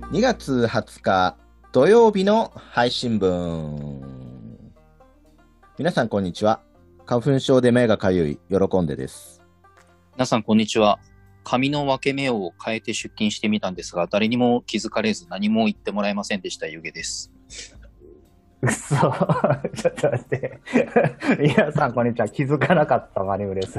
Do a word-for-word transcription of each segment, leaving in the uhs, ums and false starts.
にがつはつか土曜日の配信分。皆さんこんにちは。花粉症で目がかゆい喜んでです。 皆さんこんにちは。髪の分け目を変えて出勤してみたんですが、誰にも気づかれず何も言ってもらえませんでした。ゆげです。 うっそちょっと待って皆さんこんにちは。気づかなかったマリムです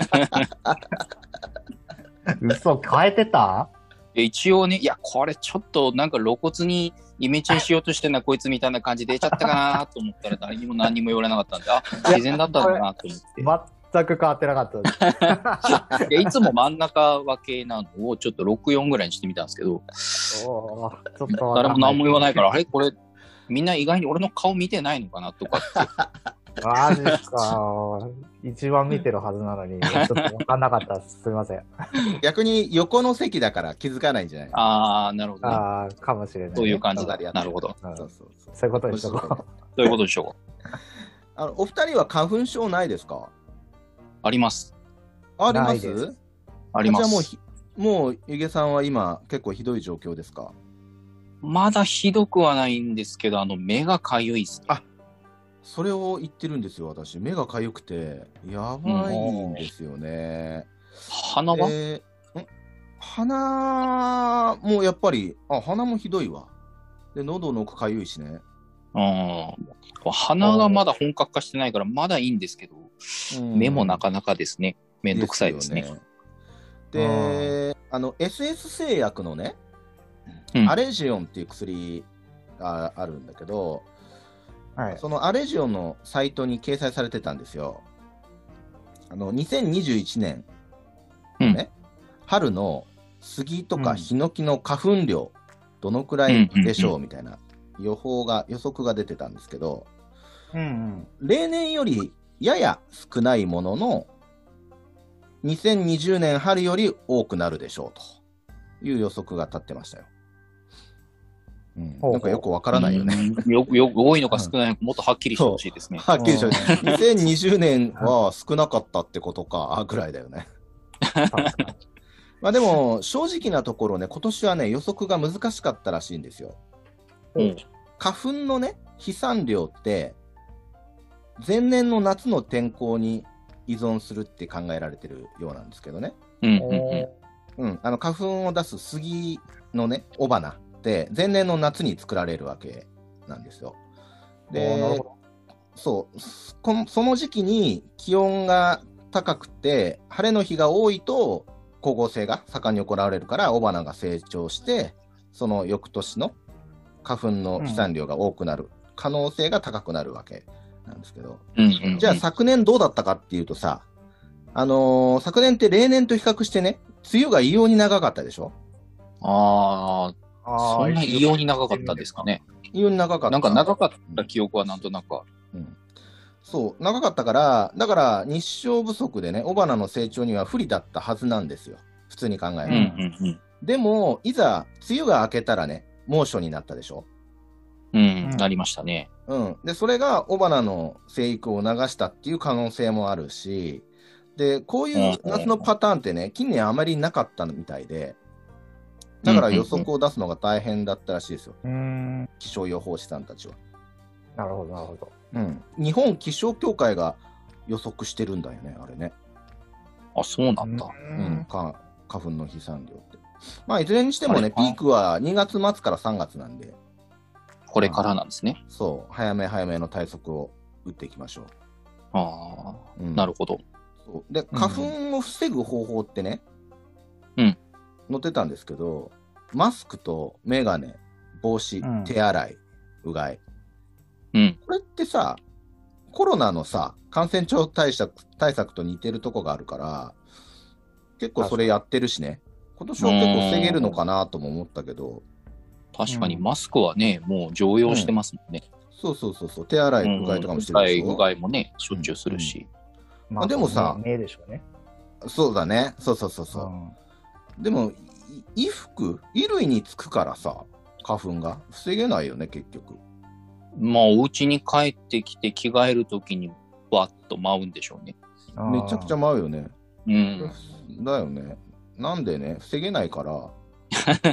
嘘変えてた？ 一応ね、いやこれちょっとなんか露骨にイメチェンしようとしてんなこいつみたいな感じで出ちゃったかなと思ったら誰にも何にも言われなかったんで、あ、自然だったんだなと思って全く変わってなかったいやいつも真ん中分けなのをちょっとろくじゅうよんぐらいにしてみたんですけど、 おちょっと誰も何も言わないから、あれこれみんな意外に俺の顔見てないのかなとかってマジか。一番見てるはずなのに、ちょっと分かんなかったです。すみません。 逆に横の席だから気づかないんじゃない？ ああ、なるほど、ね。 ああ、かもしれない、ね。 そういう感じだ。なるほど。 そうそうそう。そういうことにしとこう。 そういうことにしとこう。 あのお二人は花粉症ないですか？ あります。 あります？ あります。 じゃあもうひ、もうゆげさんは今結構ひどい状況ですか？ まだひどくはないんですけど、あの目がかゆいっすね。 あ、それを言ってるんですよ、私。目がかゆくてやばいんですよね。 鼻は？ えー、ん鼻もやっぱり、あ、鼻もひどいわ。で、喉の奥かゆいしね。 うん。鼻がまだ本格化してないからまだいいんですけど、うん、目もなかなかですね。めんどくさいですね。 で、ね、あの エスエス 製薬のね、うん、アレジオンっていう薬があるんだけど、はい、そのアレジオンのサイトに掲載されてたんですよ。あのにせんにじゅういちねん、ね、うん、春の杉とかヒノキの花粉量、うん、どのくらいでしょうみたいな予報が予測が出てたんですけど、うんうん、例年よりやや少ないもののにせんにじゅうねん春より多くなるでしょうという予測が立ってましたよ。うん、なんかよくわからないよね。 よくよく多いのか少ないのか、もっとはっきりしてほしいですね。 はっきりしてほしい。にせんにじゅうねんは少なかったってことかぐらいだよね。まあでも正直なところね、今年はね予測が難しかったらしいんですよ。うん、花粉のね飛散量って前年の夏の天候に依存するって考えられてるようなんですけどね。うんうんうん、あの花粉を出す杉のね雄花って前年の夏に作られるわけなんですよ。で、そうこのその時期に気温が高くて晴れの日が多いと光合成が盛んに行われるから雄花が成長してその翌年の花粉の飛散量が多くなる可能性が高くなるわけなんですけど、うんうんうん、じゃあ昨年どうだったかっていうとさ、あのー、昨年って例年と比較してね梅雨が異様に長かったでしょ。 ああ、そんな異様に長かったですかね。 異様に長かった。 なんか長かった記憶はなんとなくある。 うん、そう長かったからだから日照不足でね雄花の成長には不利だったはずなんですよ普通に考えると、うんうんうん、でもいざ梅雨が明けたらね猛暑になったでしょ。 うん、なりましたね。 うん。で、それが雄花の生育を流したっていう可能性もあるし、で、こういう夏のパターンってね、近年あまりなかったみたいで、だから予測を出すのが大変だったらしいですよ。うん、気象予報士さんたちは。 なるほど、なるほど。 うん。日本気象協会が予測してるんだよね、あれね。 あ、そうなんだ。 うん。か花粉の飛散量って。まあ、いずれにしてもね、ピークはにがつ末からさんがつなんで、 これからなんですね。 そう、早め早めの対策を打っていきましょう。 ああ、うん、なるほど。 そうで、花粉を防ぐ方法ってね、 うん、 載ってたんですけど、マスクとメガネ、帽子、うん、手洗い、うがい、うん。これってさ、コロナのさ、感染症対策、対策と似てるとこがあるから、結構それやってるしね、今年は結構防げるのかなとも思ったけど、 確かにマスクはね、うん、もう常用してますもんね。 うん、そうそうそうそう、手洗い、うがいとかもしてるでしょ。 うがいもね、しょっちゅうするし。 うんうんまあ、でもさ、 目でしょうね。 そうだね、そうそうそうそう。うん、でも、衣服、衣類につくからさ、花粉が防げないよね、結局。 まあ、お家に帰ってきて着替えるときにバッと舞うんでしょうね。 めちゃくちゃ舞うよね。 うん。 だよね。なんでね、防げないから。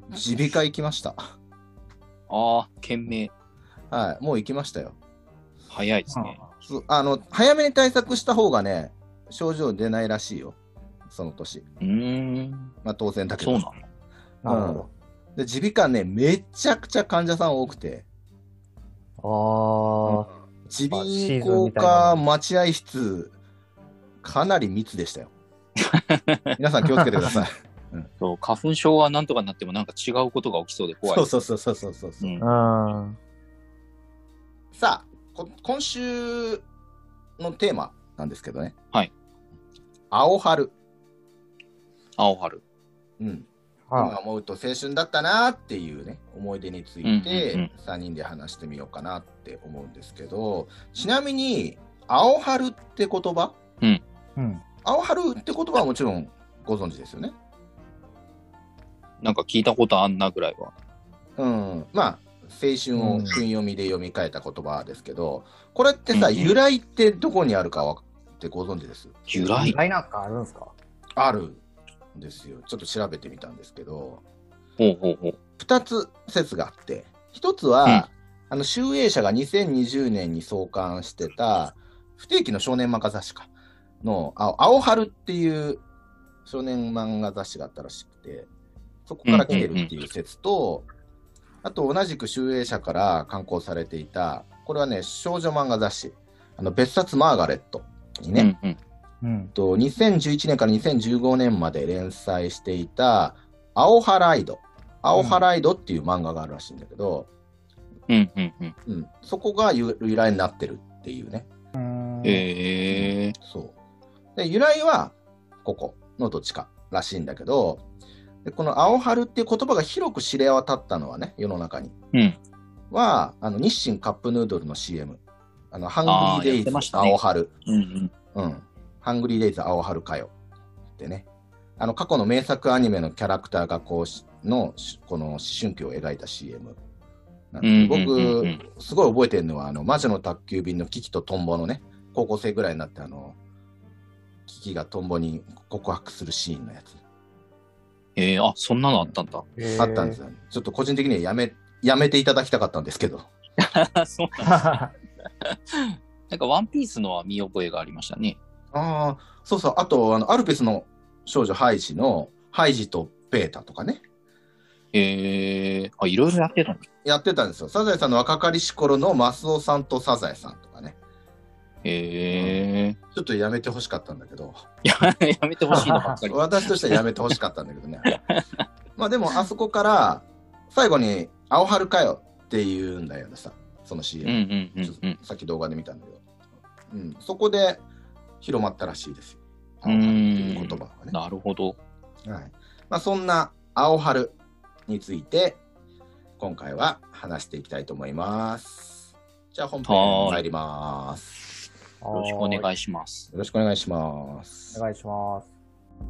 耳鼻科行きました。 ああ、懸命。 はい、もう行きましたよ。 早いですね。 あの早めに対策した方がね、症状出ないらしいよ、その年。 うーん。 まあ当然だけど。 そうなの。 なるほど。 で耳鼻科ね、めちゃくちゃ患者さん多くて。 ああ。 耳鼻咽喉科待合室、かなり密でしたよ。皆さん気をつけてください。 うん、そう、花粉症はなんとかなってもなんか違うことが起きそうで怖い。 そうそうそうそうそうそう、うん、さあこ、今週のテーマなんですけどね。はい。青春。 青春。 うん。今思うと青春だったなっていうね、思い出についてさんにんで話してみようかなって思うんですけど、ちなみに青春って言葉、 うんうん、 青春って言葉はもちろんご存知ですよね。 なんか聞いたことあんなぐらいは。 うん、まあ青春を訓読みで読み替えた言葉ですけど、これってさ、うんうん、由来ってどこにあるかってご存知です？ 由来？ 由来なんかあるんですか？ あるんですよ。ちょっと調べてみたんですけど、 ほうほうほう、 ふたつ説があって、ひとつは、うん、あの集英社がにせんにじゅうねんに創刊してた不定期の少年漫画雑誌かの青春っていう少年漫画雑誌があったらしくて、そこから来てるっていう説と、うんうんうん、あと同じく集英社から刊行されていた、これはね、少女漫画雑誌、あの別冊マーガレットにね、うんうん、とにせんじゅういちねんからにせんじゅうごねんまで連載していた青ハライド、青ハライドっていう漫画があるらしいんだけど、 うんうんうんうん、そこが由来になってるっていうね。 へえー、 そうで由来はここのどっちからしいんだけど、でこの青春っていう言葉が広く知れ渡ったのはね、世の中に、 うん、 はあの日清カップヌードルの シーエム、 あのハングリーデイズ青春、 うんうんうん、ハングリーデイズ青春かよってね、あの過去の名作アニメのキャラクターがこうのこの思春期を描いた シーエム なんですけど、僕、うんうんうん、すごい覚えてるのはあの魔女の宅急便のキキとトンボのね、高校生ぐらいになってあのキキがトンボに告白するシーンのやつ。 えー、あ、そんなのあったんだ。 あったんですよ。ちょっと個人的にはやめやめていただきたかったんですけど。 そうなんですなんかワンピースのは見覚えがありましたね。 ああ、そうそう。あとあのアルペスの少女ハイジのハイジとベータとかね。 へえー、あ、いろいろやってたの？ やってたんですよ。サザエさんの若かりし頃のマスオさんとサザエさんとかね。 へえー、 ちょっとやめてほしかったんだけど。 や, やめてほしいのばっかり。 私としてはやめてほしかったんだけどね。まあでもあそこから最後に青春かよって言うんだよねさ、その シーエム、 うんうんうんうん、 さっき動画で見たんだけど、うん、そこで広まったらしいですよ、 青春っていう言葉はね。 なるほど。 はい。まあ、そんな青春について今回は話していきたいと思います。じゃあ本編参ります。 よろしくお願いします。 よろしくお願いします。 お願いします。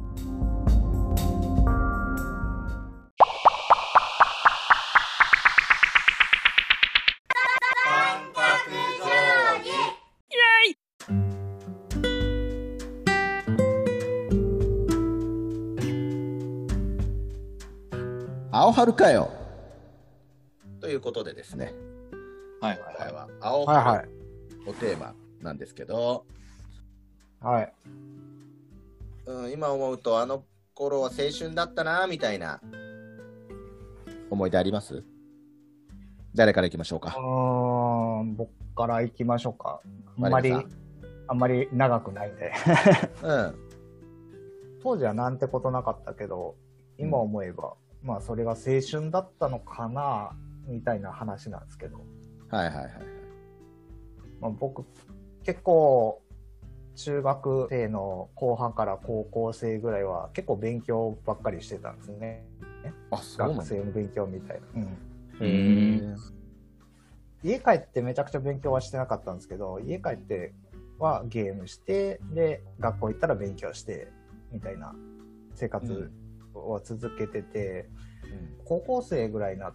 青春かよということでですね、 はい今回は青春をテーマなんですけど、 はい、 うん、今思うとあの頃は青春だったなみたいな思い出あります？誰からいきましょうか？ うーん、僕からいきましょうか。あんまりあんまり長くないんで、 うん、 当時はなんてことなかったけど今思えば、うん、まあそれが青春だったのかなみたいな話なんですけど、 はいはいはいはい。 まあ、僕結構中学生の後半から高校生ぐらいは結構勉強ばっかりしてたんですね。 あ、そうなんだ。 学生の勉強みたいな。うん、 へ家帰ってめちゃくちゃ勉強はしてなかったんですけど、家帰ってはゲームしてで学校行ったら勉強してみたいな生活を続けてて、うん、高校生ぐらいになって、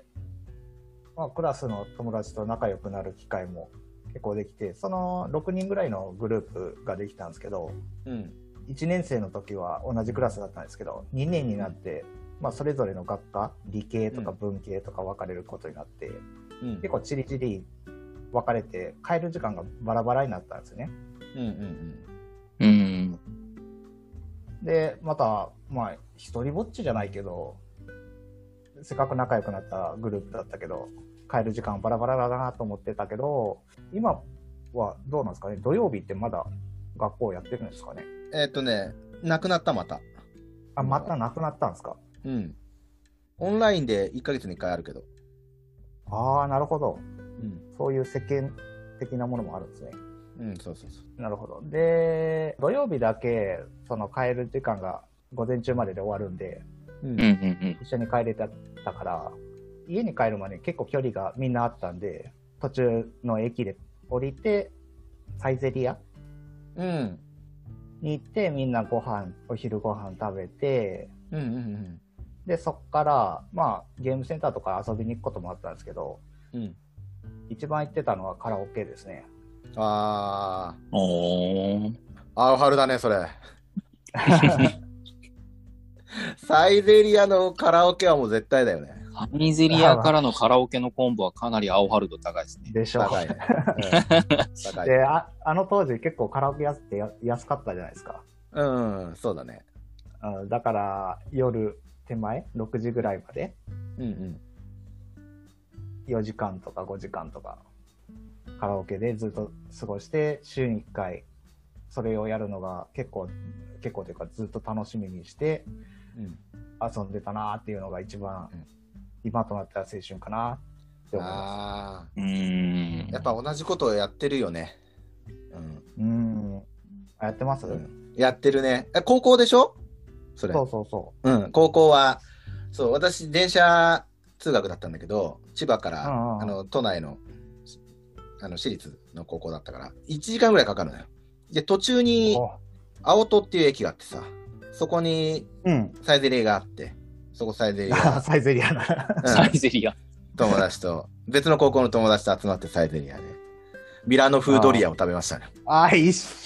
まあ、クラスの友達と仲良くなる機会も結構できて、そのろくにんぐらいのグループができたんですけど、 うん、 いちねん生の時は同じクラスだったんですけど、にねんになってまあ、それぞれの学科、理系とか文系とか分かれることになって、うん、結構チリチリ分かれて帰る時間がバラバラになったんですよね。うんうんうん。うん、でまたまあ一人ぼっちじゃないけど、せっかく仲良くなったグループだったけど帰る時間バラバラだなと思ってたけど、今はどうなんですかね。土曜日ってまだ学校やってるんですかね。 えー、っとねなくなったまた。 あ、またなくなったんですか。 うん。オンラインでいっかげつにいっかいあるけど。 ああ、なるほど。うん、そういう世間的なものもあるんですね。 うん、そうそうそう。 なるほど。で、土曜日だけその帰る時間が午前中までで終わるんで、うん、一緒に帰れたから、家に帰るまで結構距離がみんなあったんで、途中の駅で降りてサイゼリア、うん、に行ってみんなご飯お昼ご飯食べて、うんうんうん、でそっからまあゲームセンターとか遊びに行くこともあったんですけど、うん、一番行ってたのはカラオケですね。 あーおーアウハルだねそれサイゼリアのカラオケはもう絶対だよね。 サイゼリアからのカラオケのコンボはかなりアウハルド高いですね。 でしょう。高いね。うん、で あ, あの当時結構カラオケ安ってや安かったじゃないですか。 うん、うん、そうだね。 うん、だから夜手前ろくじぐらいまで、うんうん、よじかんとかごじかんとかカラオケでずっと過ごして週にいっかいそれをやるのが結構結構というかずっと楽しみにして、うん、遊んでたなっていうのが一番、うん、今となったら青春かなって思います。 あうんやっぱ同じことをやってるよね。 うん、うんやってます、うん、 やってるね。高校でしょそれ。 そうそうそう。 うん、高校はそう私電車通学だったんだけど千葉からあの都内のあの私立の高校だったからいちじかんぐらいかかるのよ。で途中に青戸っていう駅があってさ、そこにサイゼリヤがあって、うん、そこサイゼリヤサイゼリヤな、 うん、サイゼリヤ友達と別の高校の友達と集まってサイゼリヤでミラノ風ドリアを食べましたね。 ああ一緒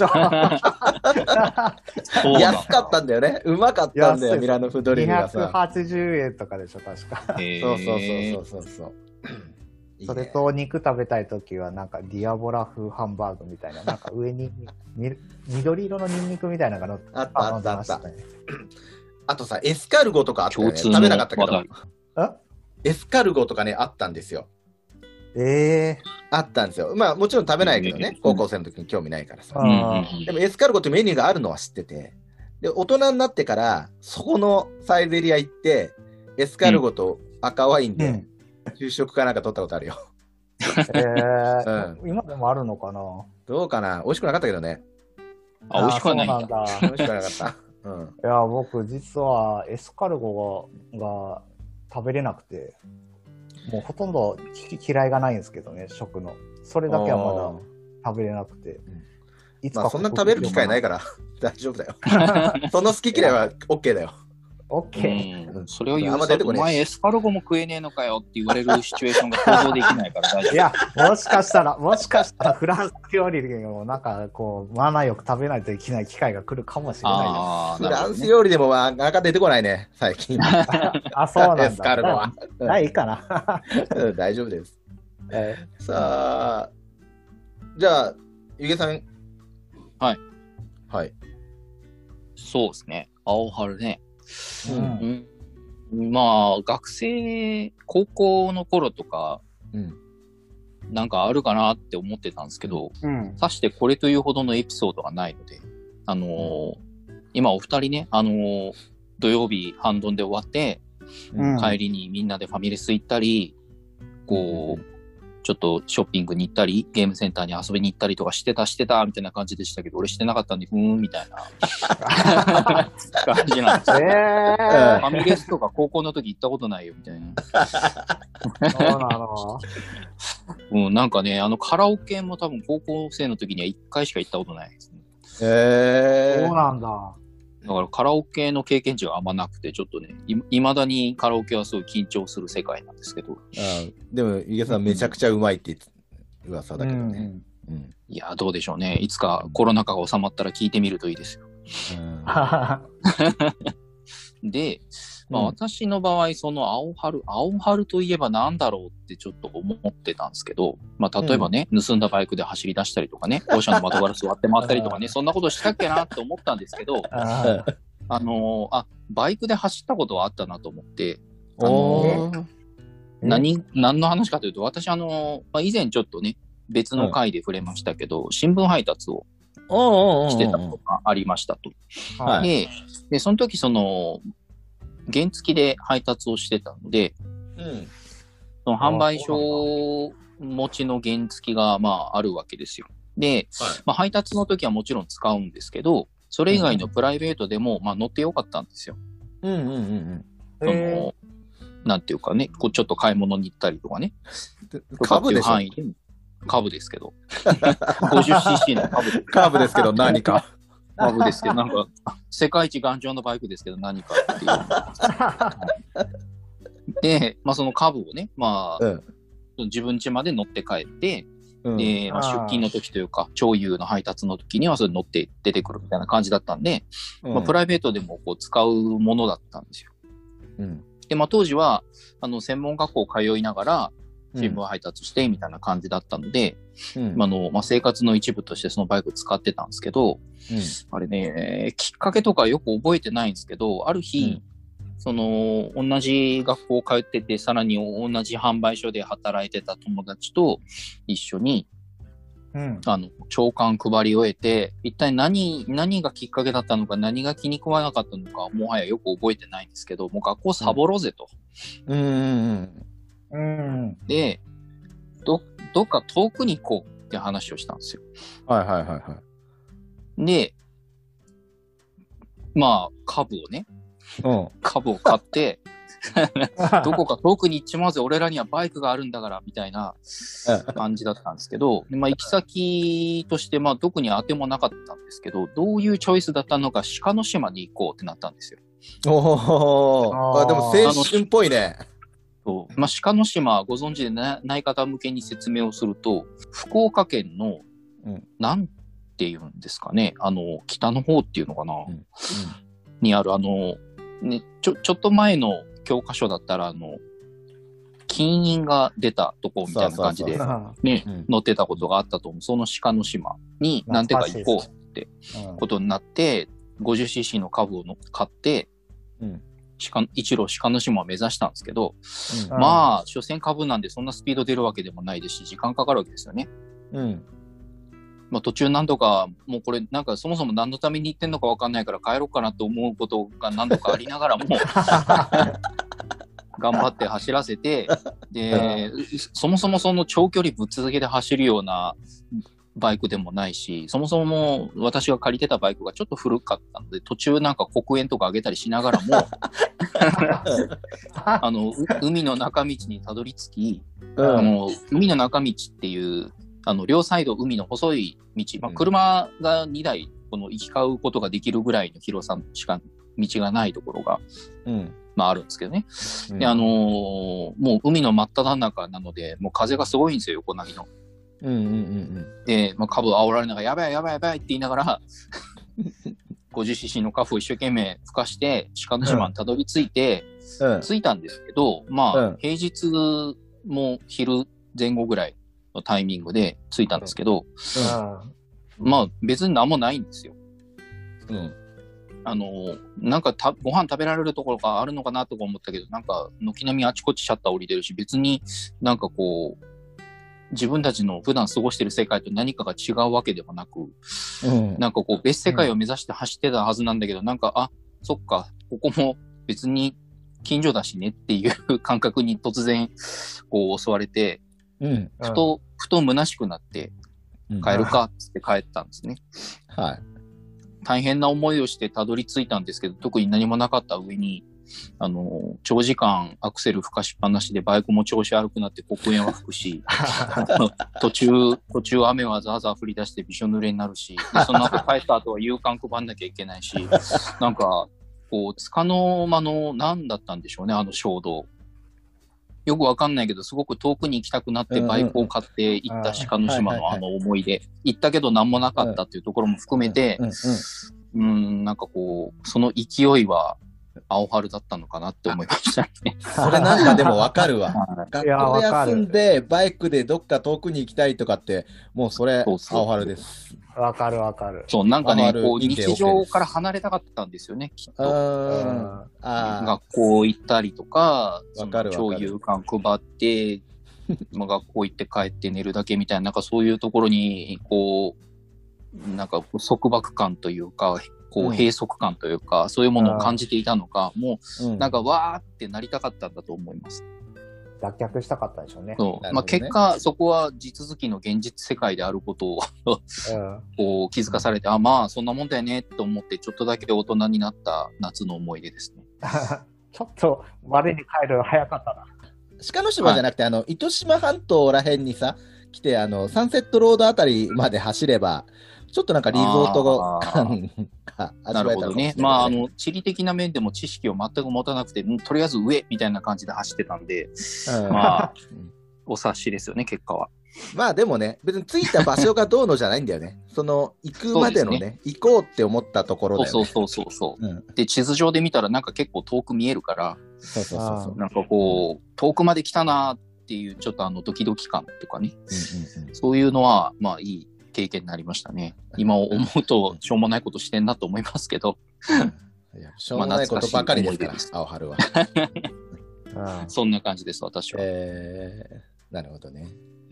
安かったんだよね。うまかったんだよミラノ風ドリアがさ。 にひゃくはちじゅうえんとかでしょ確か。 そうそうそうそうそうそういいね、それと肉食べたいときはなんかディアボラ風ハンバーグみたいな、なんか上に緑色のニンニクみたいなのが乗ってあったあったあった、ね、あとさエスカルゴとかあったよね。食べなかったけどエスカルゴとかねあったんですよ。 えー、 あったんですよ。まあもちろん食べないけどね、高校生の時に興味ないからさ、うん、でもエスカルゴってメニューがあるのは知ってて、で大人になってからそこのサイゼリヤ行ってエスカルゴと赤ワインで、うん昼食かなんか取ったことあるよ。 えーうん、今でもあるのかな。 どうかな。美味しくなかったけどね。 あ、美味しくはないんだ。 んだ美味しくなかった。うん、いや僕実はエスカルゴがが食べれなくて、もうほとんど嫌いがないんですけどね食の。それだけはまだ食べれなくて。 いつかまあそんな食べる機会ないから大丈夫だよ。その好き嫌いは OK だよ。 オッケー、 うん、それを言うと、お前エスカルゴも食えねえのかよって言われるシチュエーションが想像できないから大丈夫。 いや、もしかしたら、もしかしたらフランス料理でもなんかこう、マナーよく食べないといけない機会が来るかもしれないです。フランス料理でもなかなか出てこないね、最近。 あ、そうなんだ。エスカルゴは。 はい、いいかな。 大丈夫です。えー、さあ、じゃあ、ゆげさん。 はい。 はい。 そうですね。青春ね。うんうん、まあ学生高校の頃とか、うん、なんかあるかなって思ってたんですけど、うん、さしてこれというほどのエピソードがないので、あのー、今お二人ね、あのー、土曜日半ドンで終わって、うん、帰りにみんなでファミレス行ったり、こう、うんちょっとショッピングに行ったり、ゲームセンターに遊びに行ったりとかしてた、してた、みたいな感じでしたけど、俺してなかったんで、ふーん、みたいな感じなんですよ。えー、ファミレスとか高校の時行ったことないよ、みたいな。 そうなのうん、なんかね、あのカラオケも多分高校生の時にはいっかいしか行ったことないですね。 へえー。そうなんだ。 だからカラオケの経験値があんまなくて、ちょっとね、い, いまだにカラオケはすごい緊張する世界なんですけど。あでも、ゆげさんめちゃくちゃうまいって噂だけどね、 うんうん。いや、どうでしょうね。いつかコロナ禍が収まったら聞いてみるといいですよ。うん、 で、まあ、私の場合、その青春、青春といえば何だろうってちょっと思ってたんですけど、まあ、例えばね、うん、盗んだバイクで走り出したりとかね、校舎の窓ガラス割って回ったりとかね、そんなことしたっけなって思ったんですけど、あ, あのー、あ、バイクで走ったことはあったなと思って、あのー、何、何の話かというと、私、あのー、まあ、以前ちょっとね、別の回で触れましたけど、うん、新聞配達をしてたことがありましたと。はい、で, で、その時、その、原付で配達をしてたので、うん、その販売所持ちの原付が、まあ、あるわけですよ。で、はい、まあ、配達の時はもちろん使うんですけど、それ以外のプライベートでも、まあ、乗ってよかったんですよ。うんうんうんうん。その、なんていうかね、こうちょっと買い物に行ったりとかね。 株でしょ。 範囲で株ですけど。ごじゅっシーシー の株。 株ですけど何か。 株ですけど、なんか、世界一頑丈なバイクですけど何かっていう。で、まあその株をね、まあ、うん、自分家まで乗って帰って、うん、で、まあ、出勤の時というか、超優の配達の時にはそれ乗って出てくるみたいな感じだったんで、うん、まあ、プライベートでもこう使うものだったんですよ。うん、で、まあ当時は、あの、専門学校通いながら、新聞配達してみたいな感じだったので、うんまあのまあ、生活の一部としてそのバイク使ってたんですけど、うん、あれね、きっかけとかよく覚えてないんですけど、ある日、うん、その同じ学校通ってて、さらに同じ販売所で働いてた友達と一緒に、うん、あの朝刊配り終えて、一体何何がきっかけだったのか、何が気に食わなかったのか、もはやよく覚えてないんですけど、もう学校サボろうぜと。うんうんうんうん、でど、どっか遠くに行こうって話をしたんですよ。 はいはいはいはい。 で、まあ、株をね、うん、株を買って、どこか遠くに行っちまうぜ、俺らにはバイクがあるんだから、みたいな感じだったんですけど、まあ、行き先として、まあ、特に当てもなかったんですけど、どういうチョイスだったのか、鹿の島に行こうってなったんですよ。 おー、あ、でも青春っぽいね。 まあ、鹿の島ご存知でなない方向けに説明をすると、福岡県の、うん、なんていうんですかね、あの北の方っていうのかな、うんうん、にあるあの、ね、ちょちょっと前の教科書だったらあの金印が出たとこみたいな感じでね載ってたことがあったと思う。その鹿の島に何てか行こうってことになって、ごじゅっシーシー の株をの買って。うん一路鹿の島を目指したんですけど、うん、まあ所詮株なんでそんなスピード出るわけでもないですし、時間かかるわけですよね。うん。まあ途中何度かもうこれなんかそもそも何のために行ってんのか分かんないから帰ろうかなと思うことが何度かありながらも頑張って走らせて、で、うん、そもそもその長距離ぶっ続けで走るようなバイクでもないし、そもそも私が借りてたバイクがちょっと古かったので、途中なんか黒煙とか上げたりしながらもあの海の中道にたどり着き、うん、あの海の中道っていうあの両サイド海の細い道、まあ、車がにだいこの行き交うことができるぐらいの広さしか道がないところが、うんまあ、あるんですけどね、うん、であのー、もう海の真っ只中なのでもう風がすごいんですよ、横波の。うんうんうんうん、で、まあ、株煽られながらやばいやばいやばいって言いながらごじゅっシーシー のカフを一生懸命吹かして鹿の島にたどり着いて、うん、着いたんですけど、まあ、うん、平日も昼前後ぐらいのタイミングで着いたんですけど、うん、まあ別に何もないんですよ。うん、あのなんかたご飯食べられるところがあるのかなとか思ったけど、なんか軒並みあちこちシャッター降りてるし、別になんかこう自分たちの普段過ごしてる世界と何かが違うわけではなく、うん、なんかこう別世界を目指して走ってたはずなんだけど、うん、なんかあそっかここも別に近所だしねっていう感覚に突然こう襲われて、うん、ふとふと虚しくなって帰るかって帰ったんですね。うん、はい。大変な思いをしてたどり着いたんですけど、特に何もなかった上に。あの長時間アクセル吹かしっぱなしでバイクも調子悪くなって黒煙は吹くし途中途中雨はザーザー降り出してびしょ濡れになるし、でその後帰った後は夕刊配んなきゃいけないしなんかこう束の間の何だったんでしょうね、あの衝動よくわかんないけどすごく遠くに行きたくなってバイクを買って行った鹿の島のあの思い出、行ったけど何もなかったっていうところも含めて、うん、なんかこうその勢いは青春だったのかなって思いましたね。 それなんかでもわかるわ。学いや校でわかる休んで、バイクでどっか遠くに行きたいとかって、もうそれ、 そうそう青春です。 わかるわかる。 そう、なんかね、 青春こう、 認定 OK 日常から離れたかったんですよね、きっうーと。 ん。ああ。 学校行ったりとか、 わかるわかる超有感配って、まあ、学校行って帰って寝るだけみたいな、なんかそういうところに、こう、なんか束縛感というか、こうんう閉塞感というか、そういうものを感じていたのか、もううなんかわーってなりたかったんだと思います。 脱却したかったでしょうね。 そうなるほどねまあ、結果、そこは地続きの現実世界であることをうん。 こう気づかされて、あ、まあそんなもんだよねと思って、ちょっとだけ大人になった夏の思い出ですね。 ちょっと我に帰るの早かったな。 鹿の島じゃなくて、あの糸島半島らへんにさ来て、あのサンセットロードあたりまで走ればちょっとなんかリゾート感がなるほどね。 味わえたかもしれない、 まあ、あの、地理的な面でも知識を全く持たなくて、うんとりあえず上みたいな感じで走ってたんで、 うんまあ、お察しですよね、結果は。 まあでもね、別に着いた場所がどうのじゃないんだよね。その行くまでのね、 そうで行こうって思ったところだよね。 そうそうそうそう。 うん、 で、地図上で見たらなんか結構遠く見えるから、 そうそうそうそう。 なんかこう、遠くまで来たなっていう、ちょっとあの、ドキドキ感とかね、 うんうんうん、 そういうのは、まあ、いい経験になりましたね。今思うと、しょうもないことしてんなと思いますけど。 いやしょうもないことばかりですから、 まあ青春は。 うん。 そんな感じです、私は。 えー、なるほどね。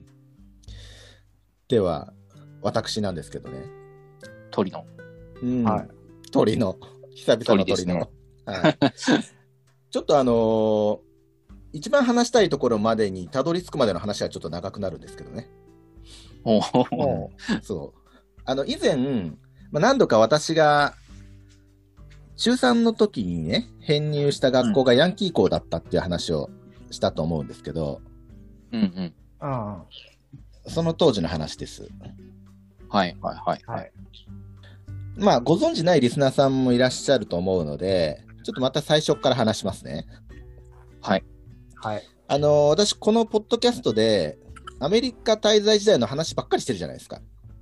では、私なんですけどね。 鳥の。 うん、 はい鳥の。久々の鳥の。 鳥はい、ちょっとあのー一番話したいところまでにたどり着くまでの話はちょっと長くなるんですけどね。 おおそう。あの、以前、まあ、何度か私が、中さんの時にね、編入した学校がヤンキー校だったっていう話をしたと思うんですけど、 うんうん。 うん。 その当時の話です。 はいはいはい。 はい。 まあ、ご存知ないリスナーさんもいらっしゃると思うので、ちょっとまた最初から話しますね。 はい。 はい。 あの、私、このポッドキャストで、アメリカ滞在時代の話ばっかりしてるじゃないですか。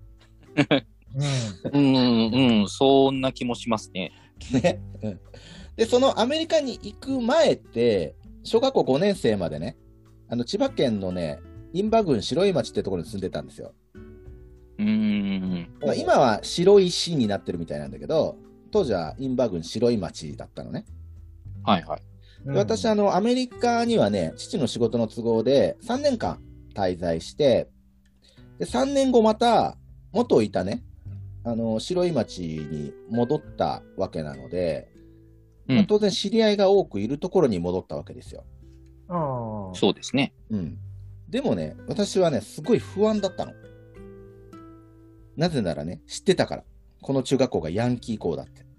うん。 うんうん、そんな気もしますね。 ね。うんで、そのアメリカに行く前って、小学校ごねん生までね、あの千葉県のね、印旛郡白井町ってところに住んでたんですよ。 うーん。 まあ、今は白井市になってるみたいなんだけど、当時は印旛郡白井町だったのね。 はいはい。 で私、あの、アメリカにはね、父の仕事の都合でさんねんかん滞在して、で、さんねんごまた、元いたね、あの、白井町に戻ったわけなので、 うんまあ、当然知り合いが多くいるところに戻ったわけですよ。 うん。 そうですね。 うん。でもね、私はね、すごい不安だったの。なぜならね、知ってたから。この中学校がヤンキー校だって。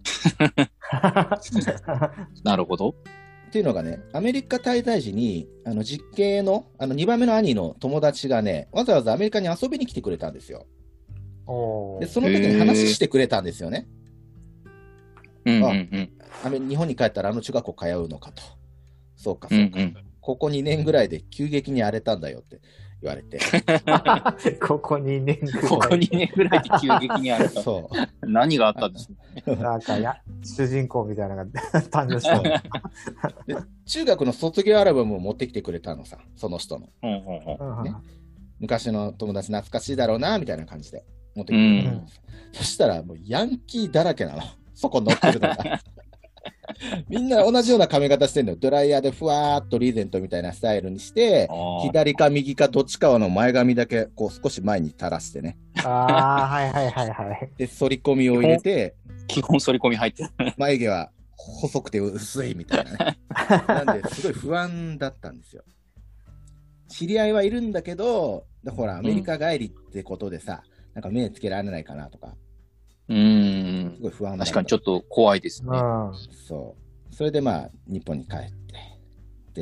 なるほど。 っていうのがね、アメリカ滞在時に、あの実家のあのにばんめの兄の友達がね、わざわざアメリカに遊びに来てくれたんですよ。 おーで、その時に話してくれたんですよね。 うんうんうん。 アメ日本に帰ったらあの中学校通うのかと。そうか、 うそうか。 んうん。 ここにねんぐらいで急激に荒れたんだよって言われて。 ここにねんぐらい。 ここにねんぐらいで急激にある。 そう。 何があったんですか。 なんかや、主人公みたいなのが誕生した。 で中学の卒業アルバムを持ってきてくれたのさ、その人の。 うんうんうん。 うんね昔の友達懐かしいだろうな、みたいな感じで持ってきてくれたの、そしたらもうヤンキーだらけなの。そこ乗ってるのが。みんな同じような髪型してるのよ。ドライヤーでふわーっとリーゼントみたいなスタイルにして、左か右かどっちかの前髪だけこう少し前に垂らしてね。 ああ、はいはいはいはい。 で、反り込みを入れて、 基本反り込み入ってる。 眉毛は細くて薄いみたいなね。なんで、すごい不安だったんですよ。知り合いはいるんだけど、ほら、アメリカ帰りってことでさ、うん、なんか目つけられないかなとか。 うーん。 すごい不安だ。 確かにちょっと怖いですね。 そう。それでまあ、日本に帰って、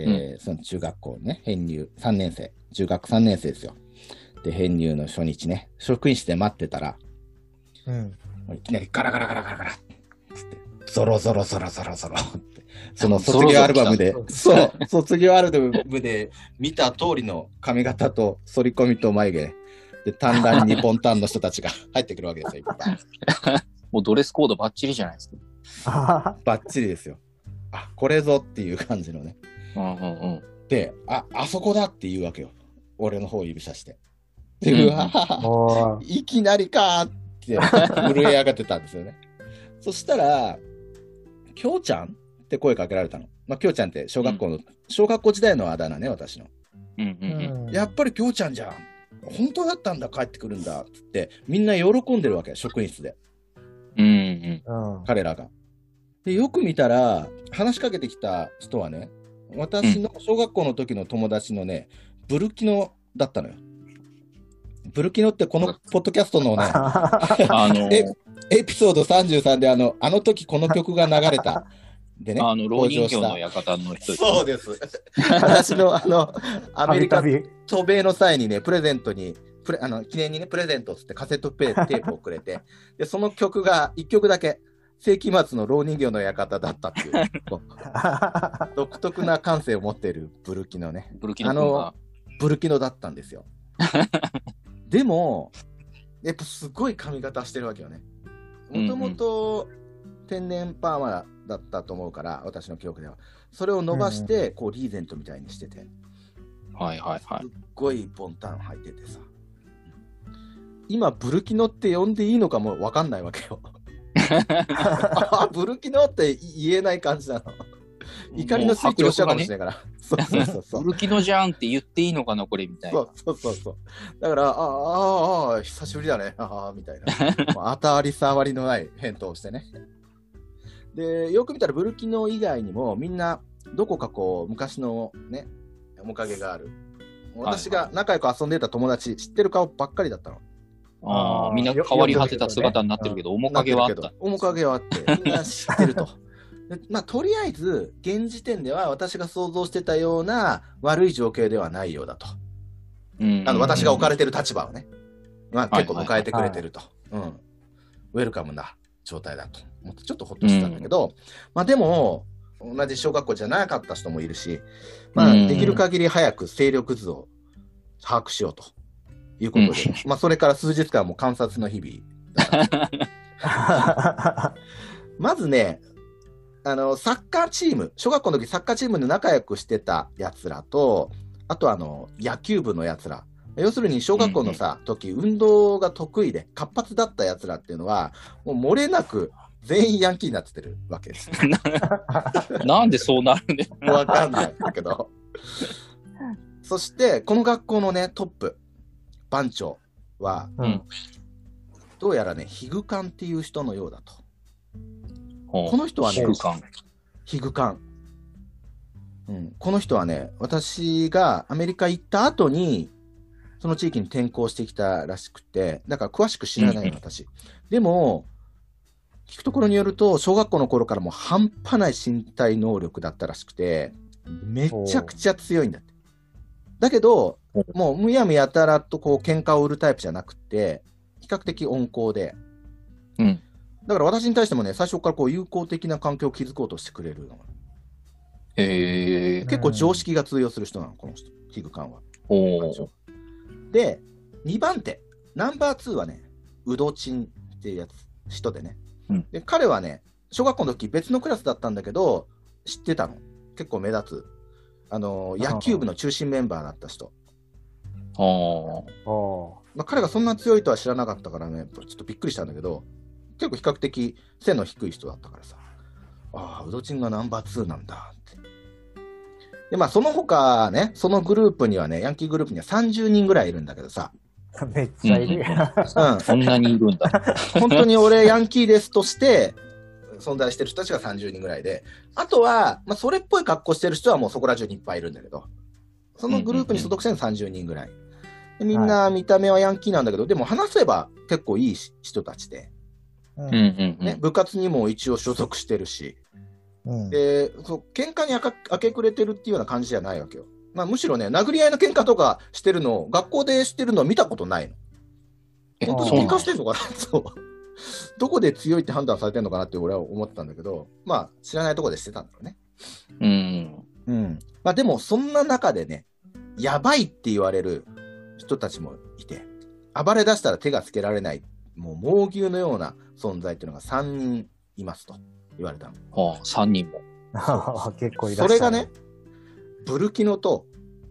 で、うん、その中学校ね、編入さんねん生、中学さんねん生ですよ。で、編入の初日ね、職員室で待ってたら、 うん、 いきなりガラガラガラガラガラつって、ゾロゾロゾロゾロゾロって、その卒業アルバムで、そう、卒業アルバムで見た通りの髪型と反り込みと眉毛、で、短大にボンタンの人たちが入ってくるわけですよ、いっぱい。 もうドレスコードバッチリじゃないですか。 バッチリですよ。 あ、これぞっていう感じのね。 うんうんうん。 で、あ、あそこだって言うわけよ。俺の方を指さして。で、うわぁ、いきなりかーって震え上がってたんですよね。そしたら、きょうちゃんって声かけられたの。まあ、きょうちゃんって小学校の、うん、小学校時代のあだ名ね、私の。うんうんうん、やっぱりきょうちゃんじゃん。本当だったんだ、帰ってくるんだって言って、みんな喜んでるわけ、職員室で。うんうん、彼らが。で、よく見たら、話しかけてきた人はね、私の小学校の時の友達のね、ブルキノだったのよ。ブルキノってこのポッドキャストのね、あのー、エピソードさんじゅうさんであの、あの時この曲が流れた。でね、 あの、老人形の館の人。 そうです。私のあの、アメリカ渡米の際にね、プレゼントに、プレあの記念にね、プレゼントつってカセットテープをくれて、で、その曲がいっきょくだけ、世紀末の老人形の館だったっていう、独特な感性を持っているブルキノね。 ブルキノあの、ブルキノだったんですよ。でも、やっぱすごい髪型してるわけよね。もともと天然パーマだったと思うから、私の記憶では。それを伸ばして、こうリーゼントみたいにしてて。 はいはいはい。 すっごいボンタン履いててさ。今、ブルキノって呼んでいいのかもわかんないわけよ。あ、ブルキノって言えない感じなの。怒りのスイッチ押しちゃうかもしれないから。そうそうそうそう。 ブルキノじゃんって言っていいのかな、これみたいな。 そうそうそうそう。だから、ああ、ああ、久しぶりだね。ああ、みたいな。当たり障りのない返答をしてね。で、よく見たらブルキノ以外にもみんなどこかこう昔のね、面影がある。私が仲良く遊んでた友達、知ってる顔ばっかりだったの。 ああ、みんな変わり果てた姿になってるけど、面影はあった。 面影はあって、みんな知ってると。まあ、とりあえず、現時点では私が想像してたような悪い状況ではないようだと。うん、あの私が置かれてる立場をね、まあ、結構迎えてくれてると。うん。ウェルカムな状態だと思ってちょっとほっとしたんだけど、うん、まあでも、同じ小学校じゃなかった人もいるし、まあ、できる限り早く勢力図を把握しようということで、うん、まあそれから数日間も観察の日々。まずね、あの、サッカーチーム、小学校の時サッカーチームで仲良くしてた奴らと、あとあの、野球部の奴ら。要するに小学校のさ、うんうん、時、運動が得意で活発だった奴らっていうのは、もう漏れなく全員ヤンキーになってるわけです。 なんでそうなるんだよ。 わかんないんだけど。そして、この学校のね、トップ、番長は、うん、どうやらね、ヒグカンっていう人のようだと。この人はね、 ヒグカン。 ヒグカン。うん。この人はね、私がアメリカ行った後に、その地域に転校してきたらしくて、だから詳しく知らないの、私。でも、聞くところによると、小学校の頃からもう半端ない身体能力だったらしくて、めちゃくちゃ強いんだって。だけど、もうむやみやたらとこう喧嘩を売るタイプじゃなくて、比較的温厚で、うん。だから私に対してもね、最初からこう友好的な環境を築こうとしてくれるの。 へー。 結構常識が通用する人なの、この人、ヒグカンは。で、にばん手、ナンバーツーはね、ウドチンっていうやつ、人でね。うん、で彼はね、小学校の時別のクラスだったんだけど、知ってたの。結構目立つ。あの、野球部の中心メンバーだった人。あまあ、彼がそんな強いとは知らなかったからね、ちょっとびっくりしたんだけど、結構比較的背の低い人だったからさ、ああ、ウドチンがナンバーツーなんだって。で、まあその他ね、そのグループにはね、ヤンキーグループにはさんじゅうにんぐらいいるんだけどさ。 めっちゃいる。 うん。そんなにいるんだ。 本当に俺ヤンキーですとして存在してる人たちがさんじゅうにんぐらいで、あとは、まあそれっぽい格好してる人はもうそこら中にいっぱいいるんだけど、そのグループに所属してるのさんじゅうにんぐらい。でみんな見た目はヤンキーなんだけど、はい、でも話せば結構いい人たちで。うんうんうんね、部活にも一応所属してるし、うん、でそう喧嘩に明け暮れてるっていうような感じじゃないわけよ。まあ、むしろね、殴り合いの喧嘩とかしてるのを学校でしてるのを見たことないの。本当に喧嘩してんのかなそうどこで強いって判断されてんのかなって俺は思ってたんだけど、まあ知らないところでしてたんだろうね。うん、うん、まあでもそんな中でね、やばいって言われる人たちもいて、暴れ出したら手がつけられない、もう猛牛のような存在っていうのがさんにんいますと言われたの。 ああ、さんにんも。 結構いらっしゃる。 それがね、ブルキノと、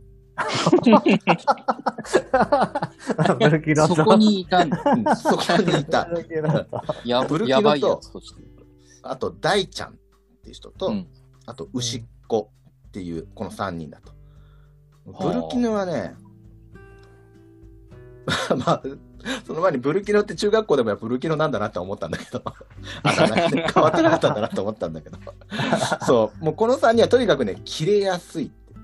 ブルキノとそこにいたんだ。 うん、そこにいた。 ブルキノとやブルキやばいやノとつとして。 あと大ちゃんっていう人と、 うんあと牛っ子っていうこのさんにんだと。ブルキノはね、まあその前にブルキノって中学校でもやっぱブルキノなんだなって思ったんだけど、あだ名ね変わってなかったんだなと思ったんだけど、そう、もうこのさんにんはとにかくね、切れやすいって。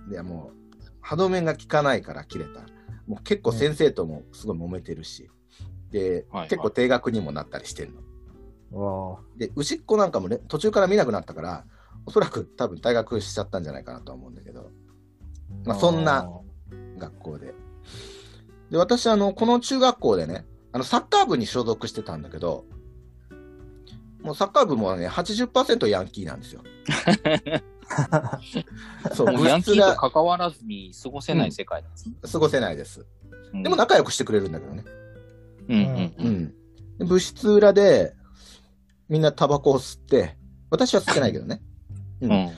でもう歯止めが効かないから切れた。もう結構先生ともすごい揉めてるし、で、 はいはい、 結構低学にもなったりしてるの。 わで、牛っ子なんかもね、途中から見なくなったから、おそらく多分退学しちゃったんじゃないかなとは思うんだけど、まあそんな学校で。で、私、あの、この中学校でね、あの、サッカー部に所属してたんだけど、もうサッカー部もね、はちじゅっパーセントヤンキーなんですよ。そう、 もうヤンキーがと関わらずに過ごせない世界なんです、 うん、過ごせないです。 うん、 でも仲良くしてくれるんだけどね。 うんうんうん。 うん、部室裏で、みんなタバコを吸って、私は吸ってないけどね。うん。うん、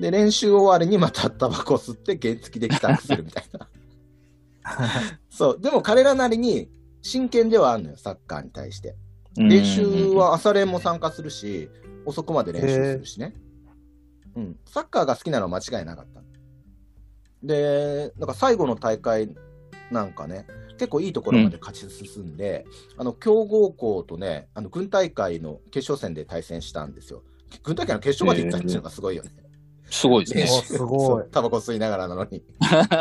で、練習終わりにまたタバコを吸って原付で帰宅するみたいな。そう。でも彼らなりに真剣ではあるのよ、サッカーに対して。練習は朝練も参加するし、遅くまで練習するしね。うん。サッカーが好きなのは間違いなかった。で、なんか最後の大会なんかね、結構いいところまで勝ち進んで、うん、あの、強豪校とね、あの、軍大会の決勝戦で対戦したんですよ。軍大会の決勝まで行ったっていうのがすごいよね。 すごいですね。 すごい。 タバコ吸いながらなのに。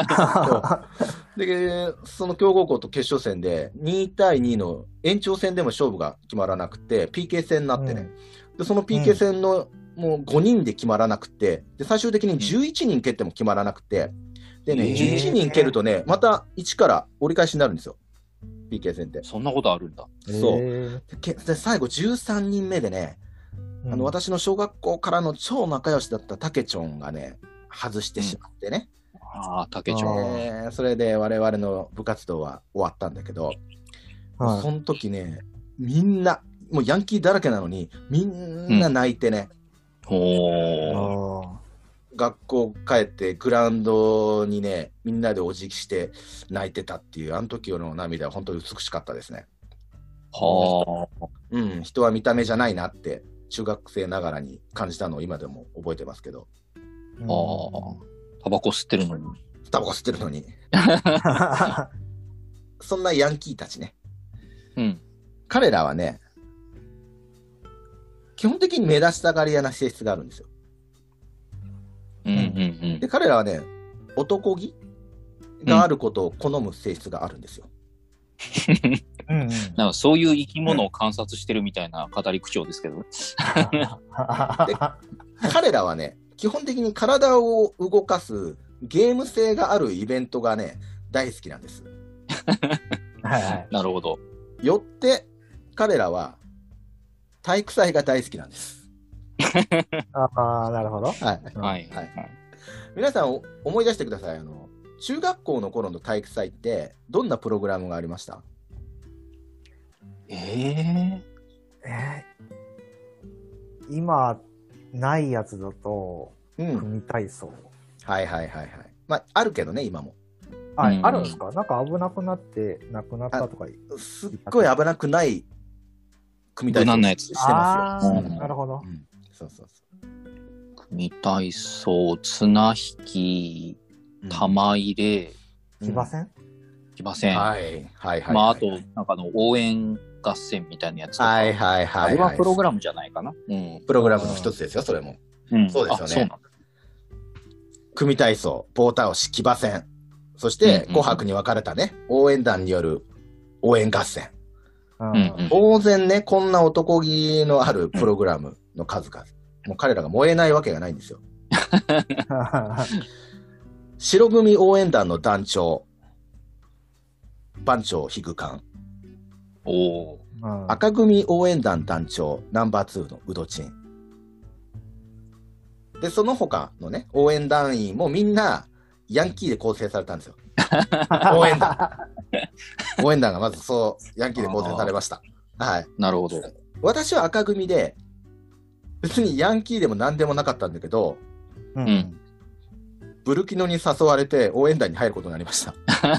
で、その強豪校と決勝戦でにたいにの延長戦でも勝負が決まらなくて、ピーケー 戦になってね。うん、で、その ピーケー 戦のもうごにんで決まらなくて、で、最終的にじゅういちにん蹴っても決まらなくて、でね、じゅういちにん蹴るとね、またいちから折り返しになるんですよ。ピーケー 戦って。 そんなことあるんだ。 そう。で、最後じゅうさんにんめでね、あの、私の小学校からの超仲良しだったタケチョンがね、外してしまってね。 うん、ああ、タケチョン、 えー。それで我々の部活動は終わったんだけど、はい、その時ね、みんな、もうヤンキーだらけなのに、みんな泣いてね。 うん、おー。学校帰ってグラウンドにね、みんなでお辞儀して泣いてたっていう、あの時の涙は本当に美しかったですね。 はあ。 うん、人は見た目じゃないなって。中学生ながらに感じたのを今でも覚えてますけど。 ああ、タバコ吸ってるのに。 タバコ吸ってるのに。そんなヤンキーたちね。 うん。 彼らはね、基本的に目立ちたがり屋な性質があるんですよ。 うんうんうん。 で、彼らはね、男気があることを好む性質があるんですよ。 うんうん、なんかそういう生き物を観察してるみたいな語り口調ですけどで彼らはね、基本的に体を動かすゲーム性があるイベントがね、大好きなんです。 はいはい、なるほど。 よって彼らは体育祭が大好きなんです。 ああ、なるほど。 はい。はいはい、はい。皆さん思い出してください。あの中学校の頃の体育祭ってどんなプログラムがありました？ えー、 えー、今ないやつだと、うん、組体操。 はいはいはいはい。まああるけどね今も。 あ、うん、あるんですか？なんか危なくなってなくなったとか。 すっごい危なくない組体操してますよ。 あ、うん、なるほど、 うん。そうそうそう。 組体操、綱引き。玉入れ、 騎馬戦騎馬戦。 はい。はいはい。 まあ、あと、なんかの応援合戦みたいなやつとか。 はいはいはい。 あれはプログラムじゃないかな。うん。 プログラムの一つですよ、それも。 うん。 そうですよね。 そうなんだ。 組体操、棒倒し、騎馬戦。そして、ごはくに分かれたね、応援団による応援合戦。 うんうん、 当然ね、こんな男気のあるプログラムの数々。もう彼らが燃えないわけがないんですよ。白組応援団の団長、番長ヒグカン。 お赤組応援団団長、ナンバーツーのウドチン。で、その他のね、応援団員もみんな、ヤンキーで構成されたんですよ。応援団。応援団がまずそう、ヤンキーで構成されました。はい。 なるほど。 私は赤組で、別にヤンキーでも何でもなかったんだけど、 うん。 ブルキノに誘われて応援団に入ることになりました。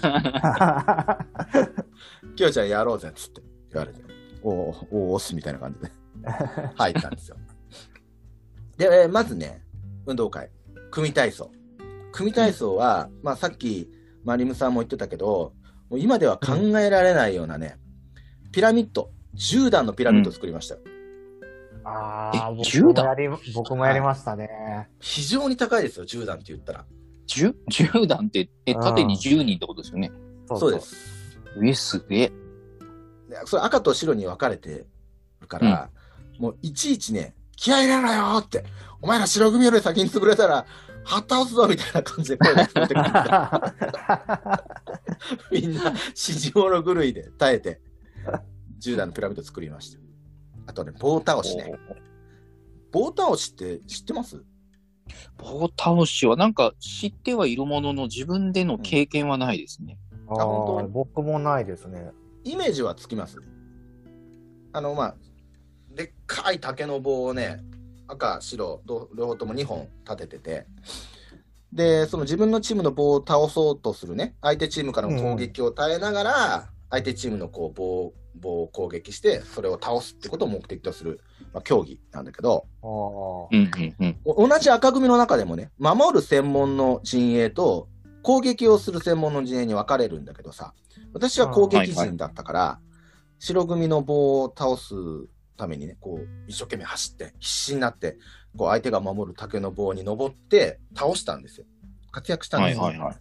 きよちゃんやろうぜっつって言われて、おお、おおすみたいな感じで入ったんですよ。で、まずね、運動会、組体操。組体操は、うん、まあさっきマリムさんも言ってたけど、もう今では考えられないようなね、うん、ピラミッド、じゅう段のピラミッドを作りましたよ。うん、 ああ、僕もやり、僕もやりましたね。 非常に高いですよ、じゅう段って言ったら。 じゅう、じゅう段って、え、縦にじゅうにんってことですよね。 そうそうです。 え、すげえ。 それ赤と白に分かれてるから、うん、もういちいちね、気合い入れろよって、お前ら白組より先に潰れたら、はっ倒すぞみたいな感じで声が聞こえてくるんだ。みんな、四字物狂いで耐えて、じゅう段のピラミッド作りました。あとね、棒倒しね。棒倒しって知ってます？ 棒倒しはなんか知ってはいるものの自分での経験はないですね。 うん、あ、本当？僕もないですね。 イメージはつきます。あの、まあ、でっかい竹の棒をね、赤、白、両方ともにほん立ててて、で、その自分のチームの棒を倒そうとするね、相手チームからの攻撃を耐えながら、うん、相手チームのこう棒、棒を攻撃して、それを倒すってことを目的とする、まあ、競技なんだけど、 うんうんうん、 同じ赤組の中でもね、守る専門の陣営と攻撃をする専門の陣営に分かれるんだけどさ、私は攻撃陣だったから、はいはい、白組の棒を倒すためにね、こう一生懸命走って必死になって、こう相手が守る竹の棒に登って倒したんですよ。活躍したんですよ。はいはいはい、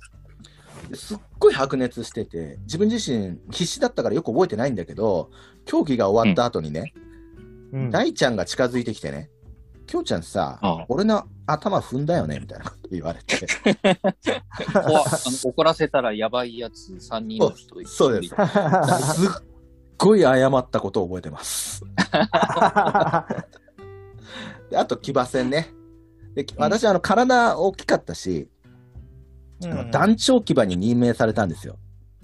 すっごい白熱してて、自分自身必死だったからよく覚えてないんだけど、競技が終わった後にね、うん、大ちゃんが近づいてきてね、きょうちゃんさ、ああ俺の頭踏んだよねみたいなこと言われてあの怒らせたらやばいやつさんにんの人そうです。すっごい謝ったことを覚えてますであと騎馬戦ね。で私、あの体大きかったし、うん、あの団長騎馬に任命されたんですよ。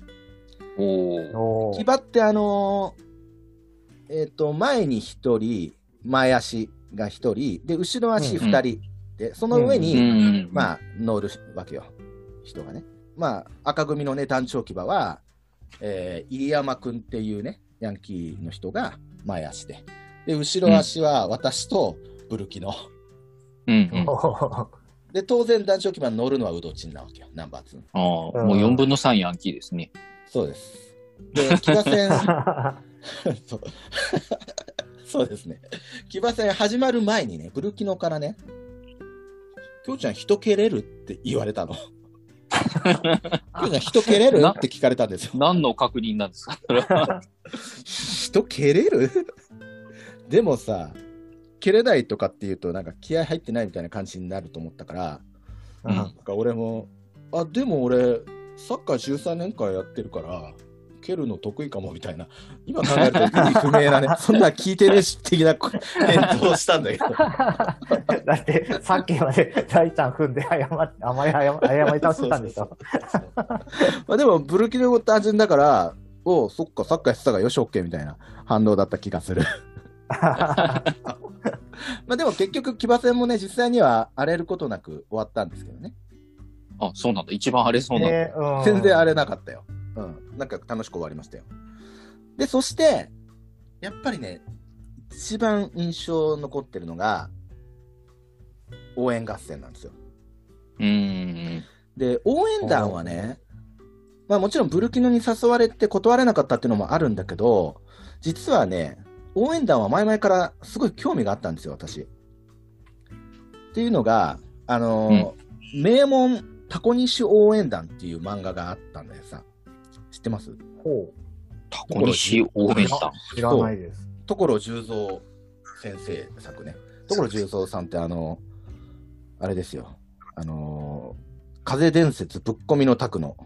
お騎馬ってあのー、えっ、ー、と前にひとり、前足がひとりで後ろ足ふたり、うんうん、でその上に、うんうん、まあ乗るわけよ、人がね。まあ赤組のね団長騎馬は、えー、入山くんっていうねヤンキーの人が前足で、で後ろ足は私とブルキノ、うんうん、で当然団長騎馬に乗るのはウドチンなわけよ、ナンバーツー。 ああ、もうよんぶんのさんヤンキーですね。 そうです。で騎馬戦そうそうですね。騎馬戦始まる前にね、ブルキノからね、きょうちゃん人蹴れるって言われたの。きょうちゃん人蹴れるって聞かれたんですよ。 何の確認なんですか人蹴れるでもさ、蹴れないとかっていうとなんか気合入ってないみたいな感じになると思ったから、うん、なんか俺も、あ、でも俺サッカーじゅうさんねんかんやってるから、蹴るの得意かもみたいな、今考えると意味不明なねそんな聞いてねし的な返答をしたんだけどだってさっきまで大ちゃん踏んで謝ってあまり謝り倒してたんでしょ。 まあでもブルキノ語単純だから、おそっかサッカーやってたからよし OK みたいな反応だった気がするまあでも結局騎馬戦もね実際には荒れることなく終わったんですけどね。 あ、そうなんだ。一番荒れそうなんだ、えー、全然荒れなかったよ。うん、なんか楽しく終わりましたよ。で、そして、やっぱりね、一番印象残ってるのが、応援合戦なんですよ。 うーん。 で、応援団はね、まあもちろんブルキノに誘われて断れなかったっていうのもあるんだけど、実はね、応援団は前々からすごい興味があったんですよ、私。っていうのが、あの、うん、名門タコ西応援団っていう漫画があったんだよさ。知ってます？ ほう。 タコ西応援団。 知らないです。 所十三先生作ね。所十三さんってあの、あれですよ。あの、風伝説ぶっこみのタクの。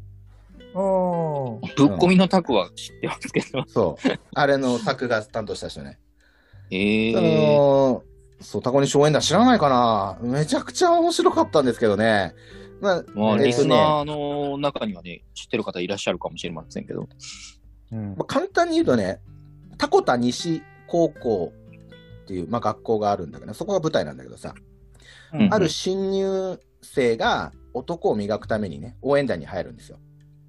おぶっこみのタクは知ってますけど。 そう。あれの作画担当した人ね。 えー。 あのー、そう、タコ西応援団知らないかな？めちゃくちゃ面白かったんですけどね。まあ、 まあ、リスナーの中にはね、知ってる方いらっしゃるかもしれませんけど。 うんまあ、簡単に言うとね、タコタ西高校っていう、まあ、学校があるんだけど、そこが舞台なんだけどさ、 うん、ある新入生が男を磨くためにね、応援団に入るんですよ。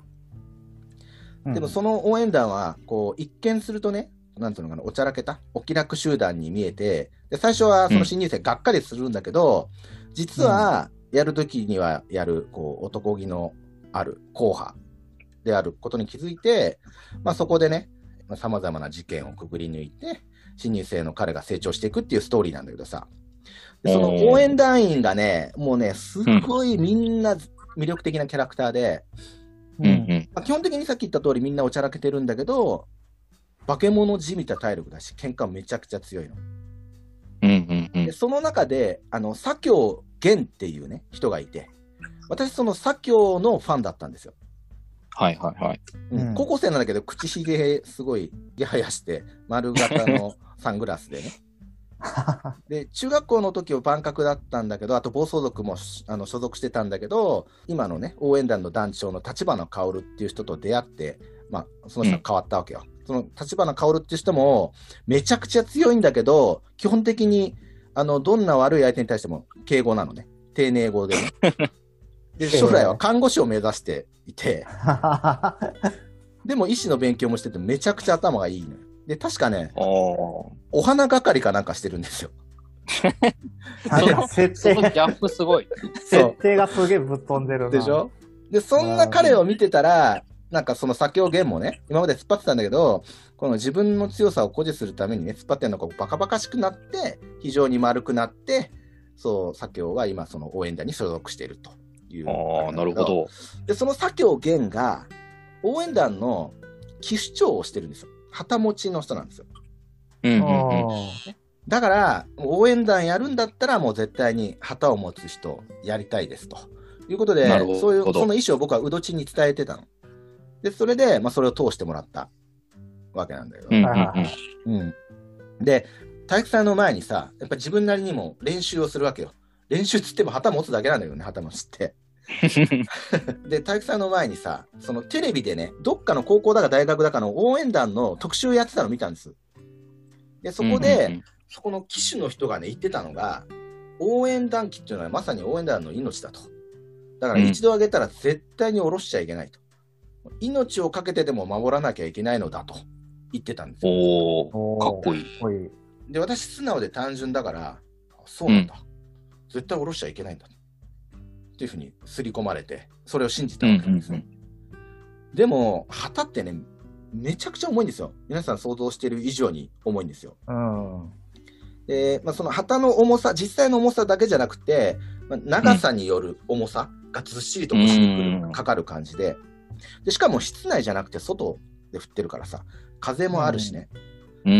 でもその応援団は、こう、一見するとね、なんていうのかな、おちゃらけた、お気楽集団に見えて、で最初はその新入生がっかりするんだけど、うん、実は、やるときにはやる、こう、男気のある硬派であることに気づいて、まあそこでね、様々な事件をくぐり抜いて、新入生の彼が成長していくっていうストーリーなんだけどさ、でその応援団員がね、もうね、すごいみんな魅力的なキャラクターで、うんうんまあ、基本的にさっき言った通りみんなおちゃらけてるんだけど、化け物じみた体力だし、喧嘩めちゃくちゃ強いの。 うんうんうん、 でその中で、あの、左京源っていうね、人がいて、私その左京のファンだったんですよ。 はいはいはい。 うん、高校生なんだけど、口ひげすごいギャヤして、丸型のサングラスでね。で、中学校の時は万博だったんだけど、あと暴走族もあの所属してたんだけど、今のね、応援団の団長の立花薫っていう人と出会って、まあ、その人が変わったわけよ。うん、その立花薫っていう人も、めちゃくちゃ強いんだけど、基本的に、あの、どんな悪い相手に対しても敬語なのね。丁寧語でね。で、将来は看護師を目指していて、でも医師の勉強もしててめちゃくちゃ頭がいいのよ。で、確かね、お花係かなんかしてるんですよ。 設定そのギャップすごい。 設定がすげえぶっ飛んでるな。 でしょ？で、そんな彼を見てたら、なんかその左京源もね、今まで突っ張ってたんだけど、この自分の強さを誇示するためにね、突っ張ってるのがバカバカしくなって、非常に丸くなって、そう、左京は今その応援団に所属しているという。 ああ、なるほど。 で、その左京源が、応援団の騎手長をしてるんですよ。旗持ちの人なんですよ。 うんうんうん、 だから、応援団やるんだったら、もう絶対に旗を持つ人やりたいですということで、そういう、その意思を僕はウドチに伝えてたの。で、それで、まあ、それを通してもらったわけなんだけど。 うんうんうん、で、体育祭の前にさ、やっぱ自分なりにも練習をするわけよ。練習つっても旗持つだけなんだよね、旗持ちって。で、体育祭の前にさ、そのテレビでね、どっかの高校だか大学だかの応援団の特集やってたのを見たんです。で、そこで、うんうんうん、そこの騎手の人がね、言ってたのが、応援団旗っていうのはまさに応援団の命だと。だから一度あげたら絶対に下ろしちゃいけないと。うん、命をかけてでも守らなきゃいけないのだと言ってたんですよ。 おー、かっこいい。 で、私素直で単純だから、そうなんだ。うん、絶対下ろしちゃいけないんだ。っていうふうに刷り込まれて、それを信じたわけなんですね。うんうんうん、でも、旗ってね、めちゃくちゃ重いんですよ。皆さん想像している以上に重いんですよ。 うん、 で、まあ、その旗の重さ、実際の重さだけじゃなくて、まあ、長さによる重さがずっしりと腰にくる、うん、かかる感じで、で、しかも室内じゃなくて外で振ってるからさ、風もあるしね。 うん、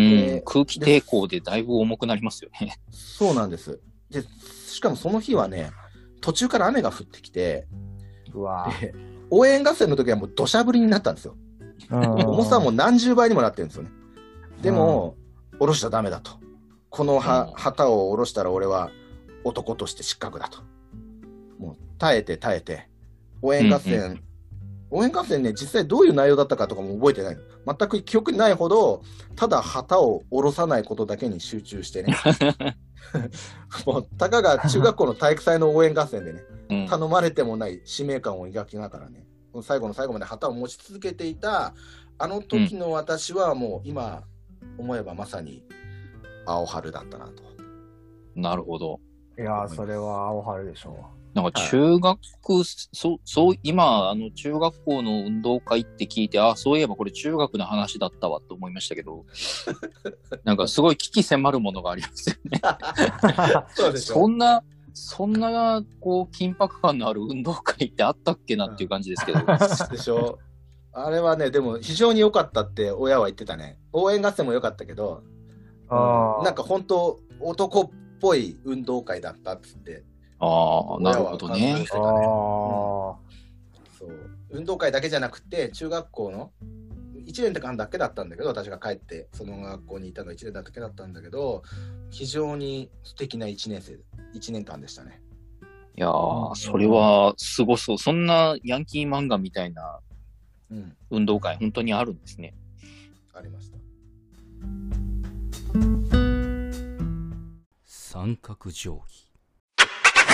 空気抵抗でだいぶ重くなりますよね。 そうなんです。で、しかもその日はね、途中から雨が降ってきて、 うわで応援合戦の時はもう土砂降りになったんですよ。重さも何十倍にもなってるんですよね。でも、下ろしちゃダメだと。このは旗を下ろしたら俺は男として失格だと。もう耐えて耐えて、応援合戦、うんうん、応援合戦ね、実際どういう内容だったかとかも覚えてない。全く記憶にないほど、ただ旗を下ろさないことだけに集中してね。もうたかが中学校の体育祭の応援合戦でね、うん、頼まれてもない使命感を抱きながらね、最後の最後まで旗を持ち続けていたあの時の私はもう今思えばまさに青春だったなと。 なるほど。 いやー、それは青春でしょう。 なんか中学、はい、そ、そう、今、あの、中学校の運動会って聞いて、あ、そういえばこれ中学の話だったわと思いましたけど、なんかすごい危機迫るものがありますよね。 そうでしょ。 そんな、そんな、こう、緊迫感のある運動会ってあったっけなっていう感じですけど。 でしょ。あれはね、でも非常に良かったって親は言ってたね。応援合戦も良かったけど、あなんか本当男っぽい運動会だったっつって。 ああ、なるほどね。 ね、ああ、うん、そう運動会だけじゃなくて中学校のいちねん間だけだったんだけど、私が帰ってその学校にいたのいちねんだけだったんだけど、非常に素敵ないちねん生いちねんかんでしたね。 いやー、それはすごそう。そんなヤンキー漫画みたいな運動会、うん、本当にあるんですね。 ありました。 三角定規。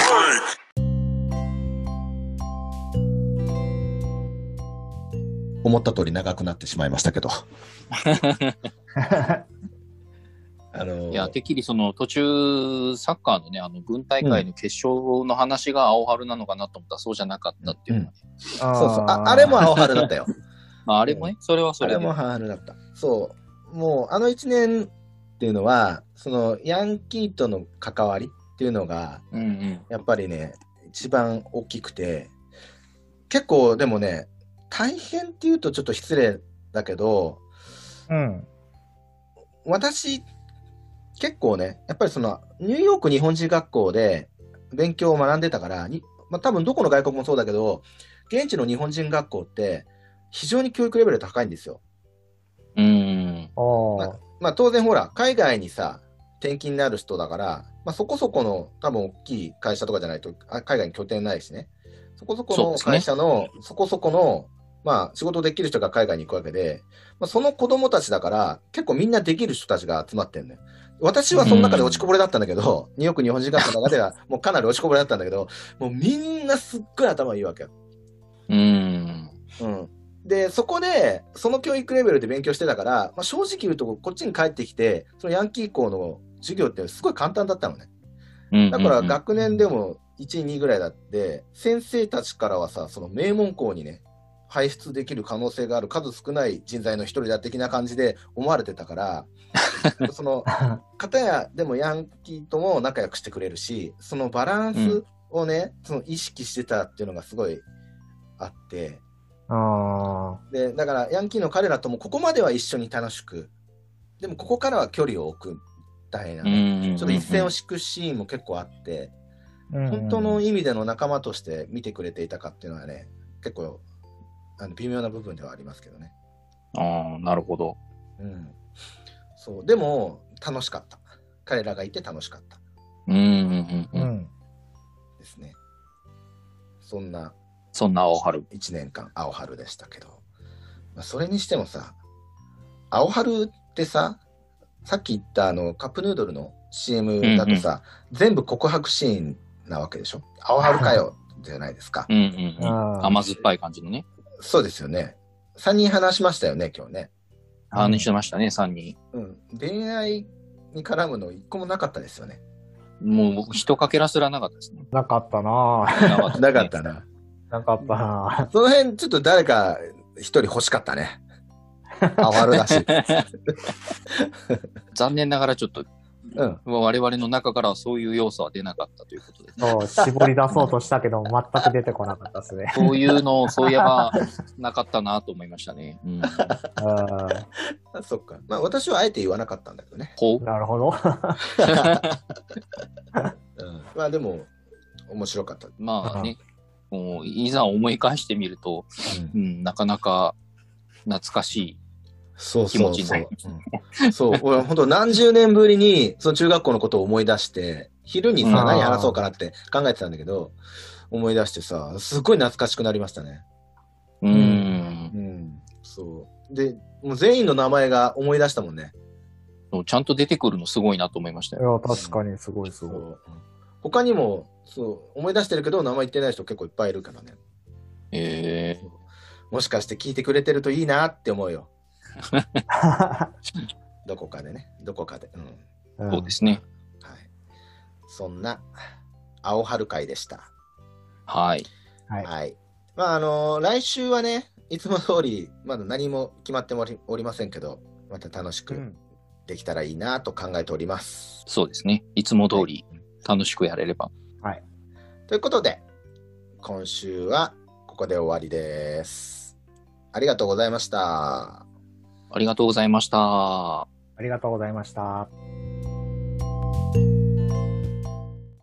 思った通り長くなってしまいましたけど。あのー、 いや、てっきりその途中、サッカーのね、あの、軍大会の決勝の話が青春なのかなと思ったら、そうじゃなかったっていうのはね、 うん、そうそう。あ、あれも青春だったよ。 まあ、あれもね、それはそれで。 あれも青春だった。そう。もう、あの一年っていうのは、その、ヤンキーとの関わりっていうのが、 うんうん、 やっぱりね、一番大きくて、結構、でもね、大変っていうとちょっと失礼だけど、 うん。 私、結構ね、やっぱりその、ニューヨーク日本人学校で勉強を学んでたから、にまあ、多分どこの外国もそうだけど、現地の日本人学校って非常に教育レベル高いんですよ。 うん。 まあ、まあ、当然ほら、海外にさ、転勤になる人だから、まあ、そこそこの多分大きい会社とかじゃないと、あ海外に拠点ないしね。そこそこの会社の、そ,、ね、そこそこの、まあ、仕事できる人が海外に行くわけで、まあ、その子供たちだから、結構みんなできる人たちが集まってんのよ。私はその中で落ちこぼれだったんだけど、ニューヨーク日本人学校の中ではもうかなり落ちこぼれだったんだけど、もうみんなすっごい頭いいわけよ。 うん。 うん。で、そこで、その教育レベルで勉強してたから、まあ、正直言うと、こっちに帰ってきて、そのヤンキー校の授業ってすごい簡単だったのね。だから学年でもいちい、にいぐらいだって、先生たちからはさ、その名門校にね、輩出できる可能性がある数少ない人材の一人だ的な感じで思われてたから、その、片やでもヤンキーとも仲良くしてくれるし、そのバランスをね、うん、その意識してたっていうのがすごいあって、 あで、だからヤンキーの彼らともここまでは一緒に楽しく、でもここからは距離を置くみたいなね、ちょっと一線を敷くシーンも結構あって、本当の意味での仲間として見てくれていたかっていうのはね、結構あの微妙な部分ではありますけどね。 ああ、なるほど。 うん。そう、でも楽しかった。彼らがいて楽しかった。 うんうんうんうん。 ですね。そんな。 そんな青春。 いちねんかん青春でしたけど。まあ、それにしてもさ、青春ってさ、さっき言ったあのカップヌードルの シーエム だとさ、うんうん、全部告白シーンなわけでしょ。青春かよじゃないですか。 うんうんうん、甘酸っぱい感じのね。 そうですよね。さんにん話しましたよね、今日ね。 話してましたね、さんにん。 うん。恋愛に絡むの一個もなかったですよね。 もう、一かけらすらなかったですね。 なかったなぁ。なかったな。 なかったなぁ。 その辺、ちょっと誰か一人欲しかったね。青春だし。 残念ながらちょっと、うん、我々の中からはそういう要素は出なかったということで、 ね。そう、絞り出そうとしたけど、全く出てこなかったですね。 そういうのを、そういえば、なかったなと思いましたね。うん、 ああ、そっか。まあ、私はあえて言わなかったんだけどね。 ほう。なるほど。 うん、まあ、でも、面白かった。 まあね、もういざ思い返してみると、うんうん、なかなか懐かしい。 そうそうそう。うん、そう、俺本当何十年ぶりにその中学校のことを思い出して、昼にさ、何話そうかなって考えてたんだけど、思い出してさ、すごい懐かしくなりましたね。 うん。うんうんそう。で、もう全員の名前が思い出したもんね。 ちゃんと出てくるのすごいなと思いましたよ。 いや、確かにすごいすごい。 そう他にも、そう、思い出してるけど名前言ってない人結構いっぱいいるからね。 へえー。 もしかして聞いてくれてるといいなって思うよ。どこかでね、どこかで、 うん。そうですね。 はい。そんな青春会でした。 はい。 はい。 はい、まああのー、来週はね、いつも通りまだ何も決まっておりませんけど、また楽しくできたらいいなと考えております。 うん、そうですね。いつも通り楽しくやれれば。 はい。 ということで、今週はここで終わりです。ありがとうございました。 ありがとうございました。 ありがとうございました。